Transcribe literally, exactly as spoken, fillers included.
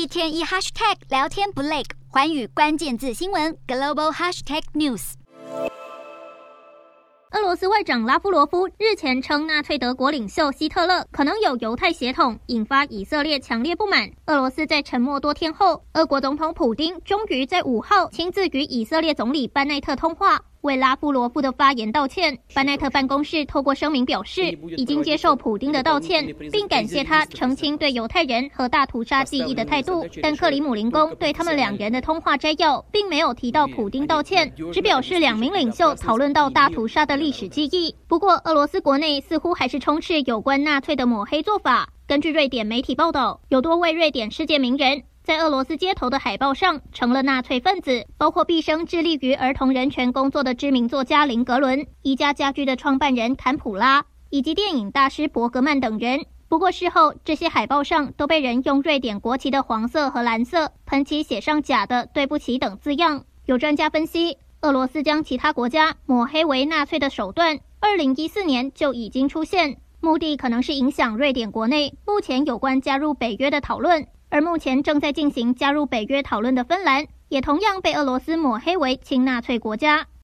天一 hashtag 聊天不累，寰宇关键字新闻 global hashtag news。 俄罗斯外长拉夫罗夫日前称，纳粹德国领袖希特勒可能有犹太血统，引发以色列强烈不满。俄罗斯在沉默多天后，俄国总统普丁终于在五号亲自与以色列总理班奈特通话，为拉夫罗夫的发言道歉。班奈特办公室透过声明表示，已经接受普丁的道歉，并感谢他澄清对犹太人和大屠杀记忆的态度。但克里姆林宫对他们两人的通话摘要，并没有提到普丁道歉，只表示两名领袖讨论到大屠杀的历史记忆。不过，俄罗斯国内似乎还是充斥有关纳粹的抹黑做法。根据瑞典媒体报道，有多位瑞典世界名人在俄罗斯街头的海报上成了纳粹分子，包括毕生致力于儿童人权工作的知名作家林格伦、宜家家居的创办人坎普拉，以及电影大师伯格曼等人。不过事后，这些海报上都被人用瑞典国旗的黄色和蓝色喷漆写上假的对不起等字样。有专家分析，俄罗斯将其他国家抹黑为纳粹的手段二零一四年就已经出现，目的可能是影响瑞典国内目前有关加入北约的讨论。而目前正在进行加入北约讨论的芬兰，也同样被俄罗斯抹黑为亲纳粹国家。